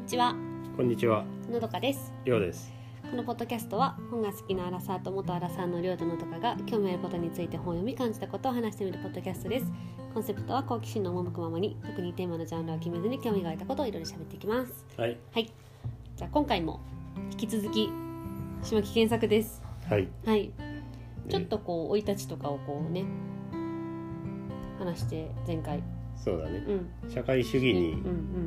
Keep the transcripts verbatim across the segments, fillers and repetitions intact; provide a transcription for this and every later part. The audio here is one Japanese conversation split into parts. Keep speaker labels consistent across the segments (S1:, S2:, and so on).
S1: ちは。
S2: こんにちは。
S1: のどかです。
S2: りょうです。
S1: このポッドキャストは本が好きなアラサーと元アラサーのりょうとのどかが興味あることについて本を読み感じたことを話してみるポッドキャストです。コンセプトは好奇心の赴くままに、特にテーマのジャンルを決めずに興味が湧いたことをいろいろ喋っていきます。
S2: はい。
S1: はい。じゃあ今回も引き続き島木健作です。
S2: はい。
S1: はい。ちょっとこう生い立ちとかをこうね話して前回。
S2: そうだね。
S1: うん。
S2: 社会主義に
S1: うんうん。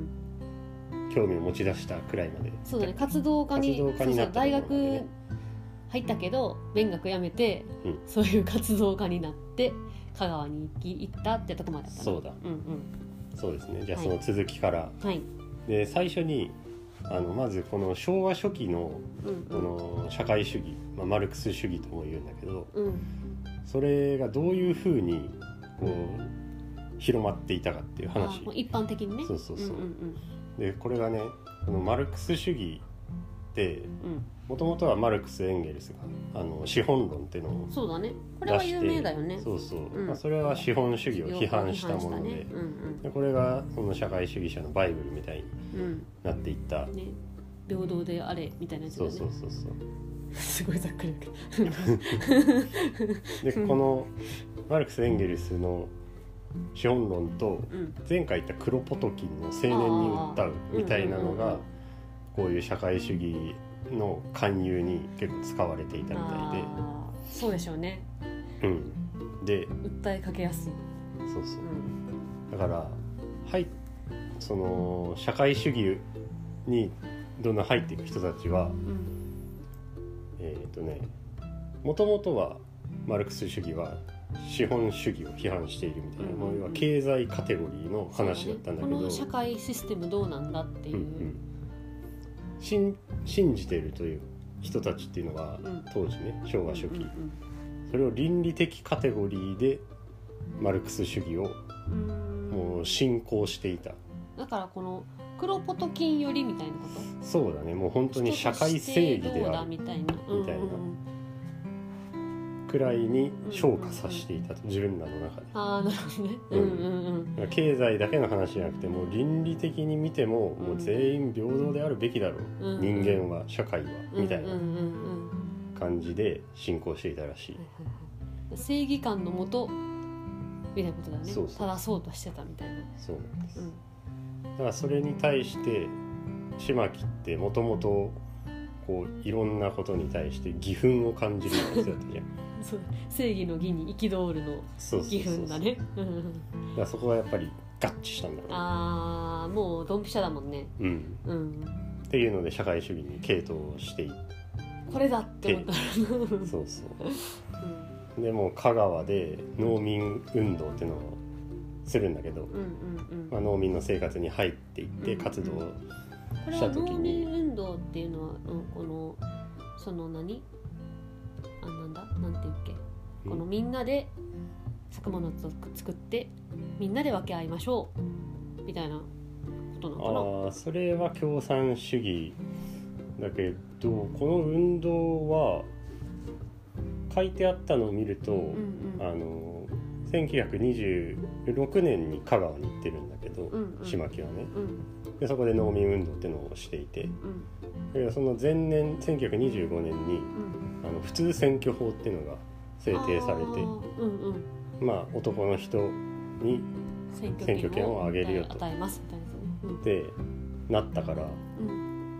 S2: 興味を持ち出したくらいまで。
S1: そうだね。活動家に、
S2: 活動家になったところまでね、
S1: そうそう大学入ったけど勉学やめて、
S2: うん、
S1: そういう活動家になって香川に行き行ったってとこまでだったな。
S2: そうだ。
S1: うんうん。
S2: そうですね。じゃあその続きから。
S1: はい。
S2: で最初にあのまずこの昭和初期のこの社会主義、まあ、マルクス主義とも言うんだけど、
S1: うん、
S2: それがどういうふうにこう広まっていたかっていう話。
S1: あ、一般的にね。
S2: そうそうそう。
S1: うんうんうん、
S2: でこれがね、このマルクス主義ってもともとはマルクス・エンゲルスがあの資本論っていうのを出して、
S1: そうだね、これは有名だよね。
S2: そうそう、
S1: うん、
S2: まあ、それは資本主義を批判したもので、
S1: ね、うんうん、
S2: でこれがその社会主義者のバイブルみたいになっていった、
S1: うんね、平等であれみたいなやつだね。
S2: そうそうそうそう
S1: すごいざっくりだ
S2: けどでこのマルクス・エンゲルスの資本論と前回言ったクロポトキンの青年に訴うみたいなのがこういう社会主義の勧誘に結構使われていたみたいで。
S1: あ、そうでしょうね、
S2: うん、で
S1: 訴えかけやすい。
S2: そうそう、うん、だからはいその社会主義にどんどん入っていく人たちは、うん、えっとねもともとはマルクス主義は資本主義を批判しているみたいな、うんうんうん、経済カテゴリーの話だったんだけど、
S1: ね、この社会システムどうなんだっていう、うんうん、
S2: 信, 信じているという人たちっていうのは、うん、当時ね昭和初期、うんうんうん、それを倫理的カテゴリーでマルクス主義をもう信仰していた。
S1: だからこのクロポトキン寄りみたいなこと。
S2: そうだね、もう本当に社会正義である
S1: みたいな、
S2: みたいなくらいに昇華させていたと、自分らの中で。
S1: ああ、なるほどね、うんうんうん、
S2: 経済だけの話じゃなくてもう倫理的に見ても、もう全員平等であるべきだろう、うん、人間は社会は、うん、みたいな感じで信仰していたらしい、
S1: うん、正義感のもとみたいなことだね。
S2: そうそう
S1: 正そうとしてたみたいな。
S2: そうなんです、うん、だからそれに対して島木ってもともとこういろんなことに対して義憤を感じるような人だったじゃん
S1: そう、正義の義に憤るの義憤だね。だ
S2: からそこはやっぱり合致したんだろうね。
S1: ああ、もうドンピシャだもんね、
S2: うんうん、っていうので社会主義に傾倒していって
S1: これだって思った
S2: そうそう、うん、でも香川で農民運動っていうのをするんだけど、うんうんうんまあ、農民の生活に入っていって活動した時に、
S1: これは農民運動っていうのは、うん、このその何あなんだなんていうっけ、このみんなで作物を作ってみんなで分け合いましょうみたいなことなのかな。
S2: あ、それは共産主義だけど、この運動は書いてあったのを見ると、うんうん、あのせんきゅうひゃくにじゅうろくねんに香川に行ってるんだけど、うんうん、島木はね、うん、でそこで農民運動っていうのをしていて、うん、だからその前年せんきゅうひゃくにじゅうごねんに、うん、あの普通選挙法っていうのが制定されて、うんうん、まあ男の人に選挙権をあげるよと
S1: 与えますみたいな、
S2: うん、でなったから、うん、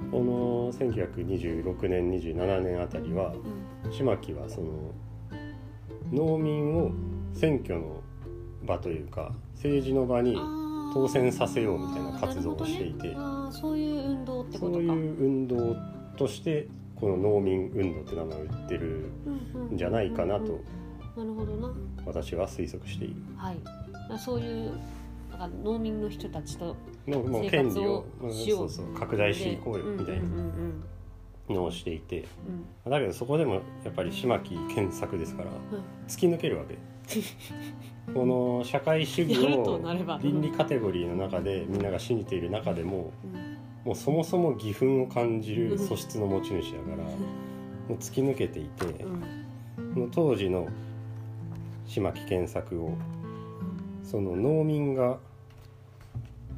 S2: このせんきゅうひゃくにじゅうろくねんにじゅうななねんあたりは、うん、島木はその農民を選挙の場というか政治の場に当選させようみたいな活動をしていて、
S1: あ、ね、あ、そういう運動ってことか。
S2: そういう運動としてこの農民運動って名前を言ってるんじゃないかなと、
S1: なるほどな、
S2: 私は推測している。
S1: はい、そういうだから農民の人たちと
S2: のもう権利をそうそう拡大していこうよみたいなのをしていて、うん、だけどそこでもやっぱり島木健作ですから、うん、突き抜けるわけこの社会主義を倫理カテゴリーの中でみんなが信じている中でも、うん、もうそもそも義憤を感じる素質の持ち主だから、もう突き抜けていて、うん、この当時の島木健作をその農民が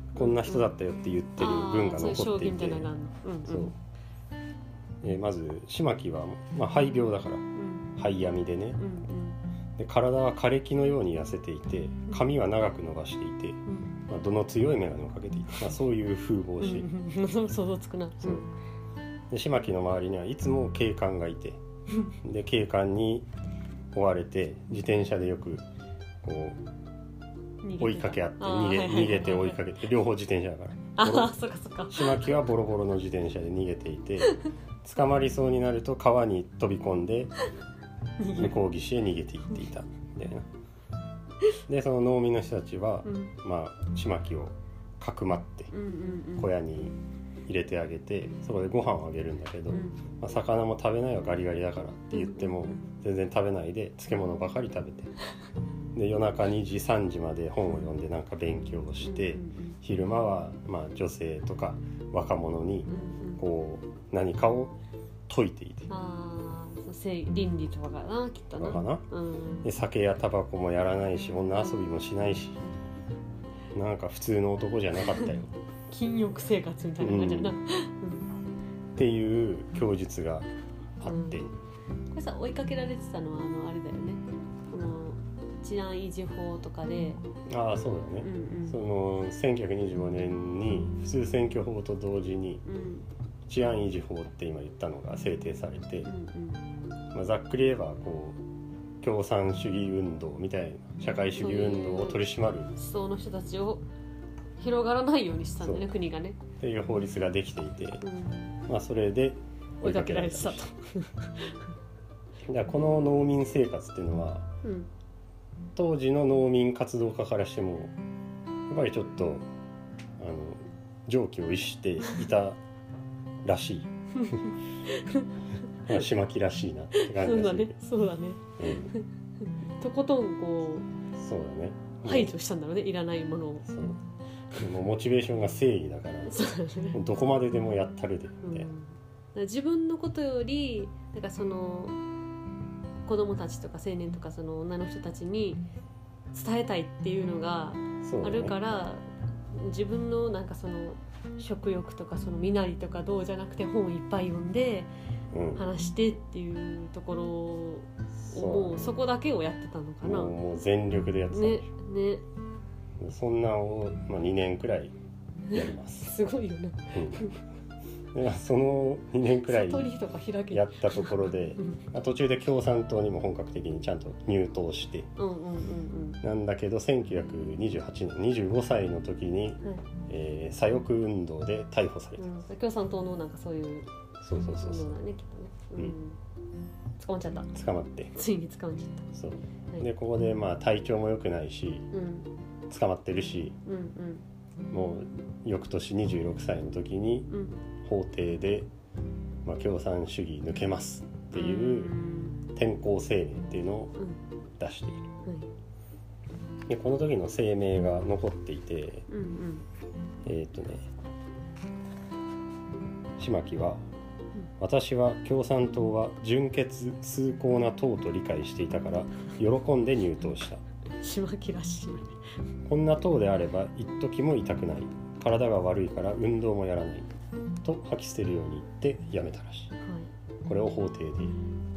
S2: こんな人だったよって言ってる文が残っていて、
S1: そういう証言みたいなのがあるの、うんうん、
S2: そう、えー、まず島木は、まあ、肺病だから、うん、肺病みでね、うんうん、で体は枯れ木のように痩せていて髪は長く伸ばしていて、うんまあ、度の強い眼鏡をかけていて、まあ、そういう風貌をしている、
S1: うん、想像つくな。
S2: そうで島木の周りにはいつも警官がいてで警官に追われて自転車でよくこう追いかけ合って逃げ、逃げて追いかけて両方自転車だから
S1: あそっかそっか
S2: 島木はボロボロの自転車で逃げていて捕まりそうになると川に飛び込んで向こう岸へ逃げていっていたみたいな。でその農民の人たちは、うん、まあ島木をかくまって小屋に入れてあげてそこでご飯をあげるんだけど、うんまあ、魚も食べないよガリガリだからって言っても全然食べないで漬物ばかり食べてで夜中にじさんじまで本を読んでなんか勉強をして昼間はまあ女性とか若者にこう何かを説いていて、
S1: あ倫理とかかなきっとな
S2: かな、うん、で酒やタバコもやらないし女遊びもしないしなんか普通の男じゃなかったよ
S1: 禁欲生活みたいな感じだな、うん、
S2: っていう供述があって、うん、こ
S1: れさ追いかけられてたのはあのあれだよねこの治安維持法とかで
S2: ああそうだね、うんうん、そのせんきゅうひゃくにじゅうごねんに普通選挙法と同時に治安維持法って今言ったのが制定されて、うんうんまあ、ざっくり言えばこう共産主義運動みたいな社会主義運動を取り締まる
S1: 思想の人たちを広がらないようにしたんだね国がね
S2: っていう法律ができていて、うんまあ、それで
S1: 追いかけられてたと
S2: だからこの農民生活っていうのは、うん、当時の農民活動家からしてもやっぱりちょっとあの常軌を逸していたらしいまあ島木らしいなって感じがする。
S1: そうだねそうだね、うん、とことんこう
S2: そうだね
S1: 排除したんだろうねいらないものを。
S2: そうでもモチベーションが正義だから
S1: そうだ、ね、
S2: どこまででもやったるでみたいな、
S1: うん、自分のことよりなんかその子供たちとか青年とかその女の人たちに伝えたいっていうのがあるから、ね、自分のなんかその食欲とかその身なりとかどうじゃなくて本をいっぱい読んで話してっていうところを、うん、もうそこだけをやってたのかな。
S2: もう、もう全力でやってたんでしょ
S1: ねね
S2: そんなを、まあ、にねんくらいやります
S1: すごいよね、
S2: うん、でそのにねんくらいやったところで、うん、途中で共産党にも本格的にちゃんと入党して、うんうんうんうん、なんだけどせんきゅうひゃくにじゅうはちねんにじゅうごさいの時に、うんえー、左翼運動で逮捕された、うん、
S1: 共産党のなんかそういう
S2: そうそうそうそう
S1: 運動だねきっとね、うん、捕まっちゃった
S2: 捕まって
S1: ついに捕まっちゃった
S2: そう、はい、でここでまあ体調も良くないし、うん捕まってるし、うんうん、もう翌年にじゅうろくさいの時に法廷で、まあ、共産主義抜けますっていう転校声明っていうのを出している、うん、でこの時の声明が残っていて、うんうん、えっとね島木は私は共産党は純潔崇高な党と理解していたから喜んで入党した
S1: 島木らしい
S2: こんな党であれば一時も痛くない体が悪いから運動もやらないと吐き捨てるように言ってやめたらしい、はい、これを法廷で言っている、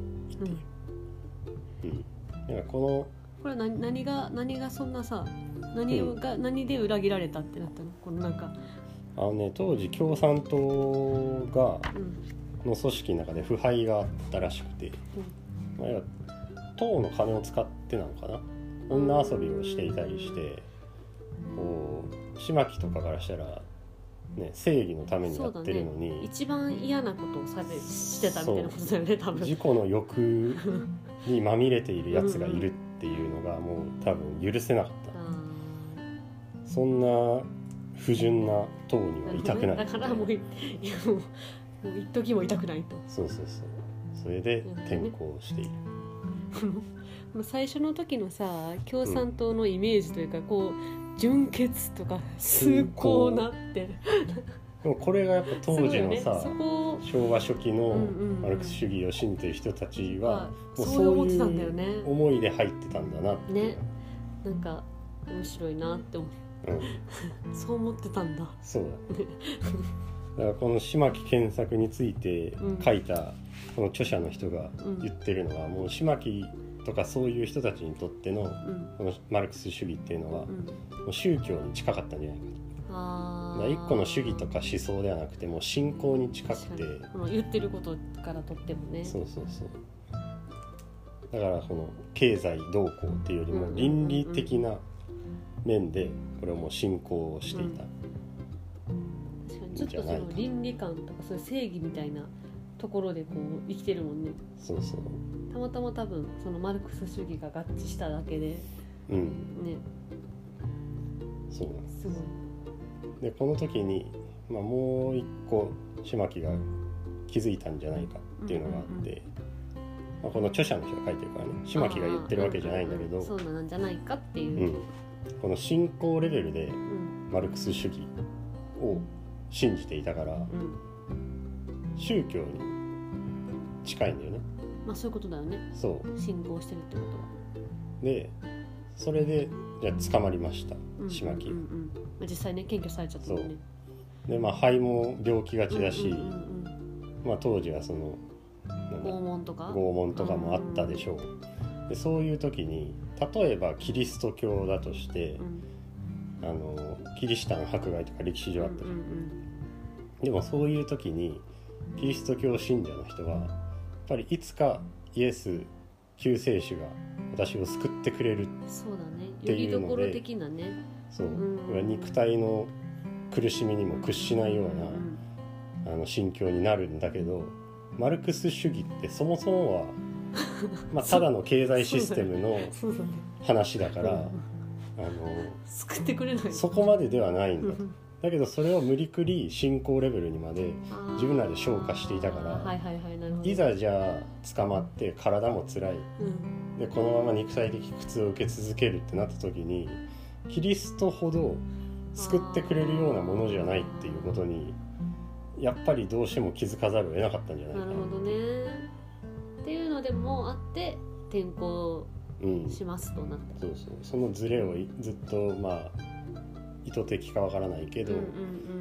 S2: うんうん、だからこの
S1: これは 何, 何が何がそんなさ 何, が、うん、何で裏切られたってなったのこのなんか
S2: あの、ね、当時共産党が、うん、の組織の中で腐敗があったらしくて、うんまあ、党の金を使ってなのかな女遊びをしていたりしてこう島木とかからしたら、ね、正義のためにやってるのに、
S1: ね、一番嫌なことをされしてたみたいなことだよね多分
S2: 自己の欲にまみれているやつがいるっていうのがもう多分許せなかったそんな不純な党にはいたくない、
S1: だからもういやもうもう一時もいたくないと
S2: そうそうそうそれで転校している、ね
S1: 最初の時のさ共産党のイメージというか、うん、こう純潔とか崇高なって
S2: でもこれがやっぱ当時のさ、ね、昭和初期のマルクス主義を信じてる人たちは、
S1: うんうん、もうそういう
S2: 思いで入ってたんだなって
S1: ねなんか面白いなって思
S2: うん、
S1: そう思ってたんだ。
S2: そうだねだからこの島木健作について書いたこの著者の人が言ってるのは、うん、もう島木とかそういう人たちにとってのこのマルクス主義っていうのは、うん、もう宗教に近かったんじゃないかと。あ一個の主義とか思想ではなくてもう信仰に近くて、
S1: この言ってることからとってもね。
S2: そうそうそう。だからこの経済動向っていうよりも倫理的な面でこれをもう信仰していた、
S1: うん、確かにちょっとその倫理観とかそういう正義みたいなところでこう生きてるもんね。
S2: そうそう。
S1: たまたま多分そのマルクス主義が合致しただけで、
S2: うん、
S1: ね。
S2: そうなんです。
S1: すごい。
S2: でこの時に、まあ、もう一個島木が気づいたんじゃないかっていうのがあって、うんうんうんまあ、この著者の人が書いてるからね、島木が言ってるわけじゃないんだけど、
S1: そうなんじゃないかっていう、
S2: うん、この信仰レベルでマルクス主義を信じていたから、うん、宗教に近いんだよね。
S1: まあそういうことだよね。
S2: そう
S1: 信仰してるってことは。
S2: でそれでじゃあ捕まりました、うん、島木、うんうん
S1: まあ、実際ね検挙されちゃったもんね。
S2: でまあ肺も病気がちだし、うんうんうんうんまあ、当時はその
S1: 拷問とか
S2: 拷問とかもあったでしょう、うん、でそういう時に例えばキリスト教だとして、うん、あのキリシタン迫害とか歴史上あったじゃん、うんうんうん、でもそういう時にキリスト教信者の人はやっぱりいつかイエス救世主が私を救ってくれるっていうので、そうだね、よりどころ的なね、 そう、うん、肉体の苦しみにも屈しないような、うん、あの心境になるんだけど、マルクス主義ってそもそもはまあただの経済システムの話だから、あの
S1: 救ってくれない、
S2: そこまでではないんだだけどそれを無理くり信仰レベルにまで自分らで昇華していたから、
S1: はいはいはい、なるほど。
S2: いざじゃあ捕まって体も辛い、うん、でこのまま肉体的苦痛を受け続けるってなった時にキリストほど救ってくれるようなものじゃないっていうことにやっぱりどうしても気づかざるを得なかったんじゃないかな。
S1: なるほどね。っていうのでもあって転校しますとなった、
S2: うん、そうそう、そのズレをずっとまあ意図的かわからないけど、うんうんうん、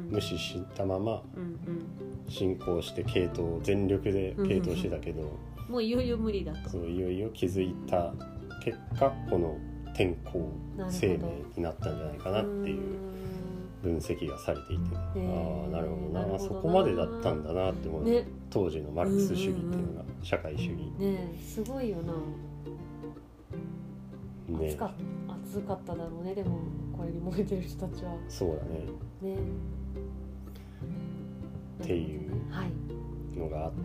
S2: 無視したまま進行して傾倒全力で傾倒してたけど、うん
S1: うん、もういよいよ無理だと。
S2: そういよいよ気づいた結果この転校生命になったんじゃないかなっていう分析がされていて、ね、ああなるほど な, なるほどなそこまでだったんだなって思う、ね、当時のマルクス主義っていうのが社会主義、
S1: ね、すごいよな、ね、熱か熱かっただろうね。でもこれに燃えてる人たちは
S2: そうだね。ねっていうのがあって、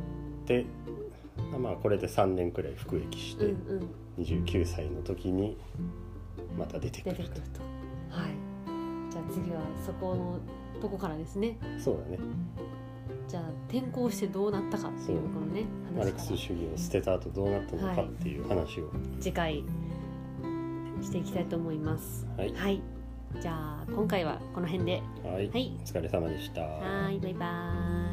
S2: はい、まあこれでさんねんくらい服役して、うんうん、にじゅうきゅうさいの時にまた出てくると。出てくると。
S1: はい。じゃあ次はそこのとこからですね。
S2: そうだね。
S1: じゃあ転校してどうなったかっていうこのね
S2: マルクス主義を捨てた後どうなったのかっていう話を、はい、
S1: 次回していきたいと思います。
S2: はい。
S1: はい、じゃあ今回はこの辺で。
S2: はい。はい、お疲れ様でした。
S1: はい、バイバーイ。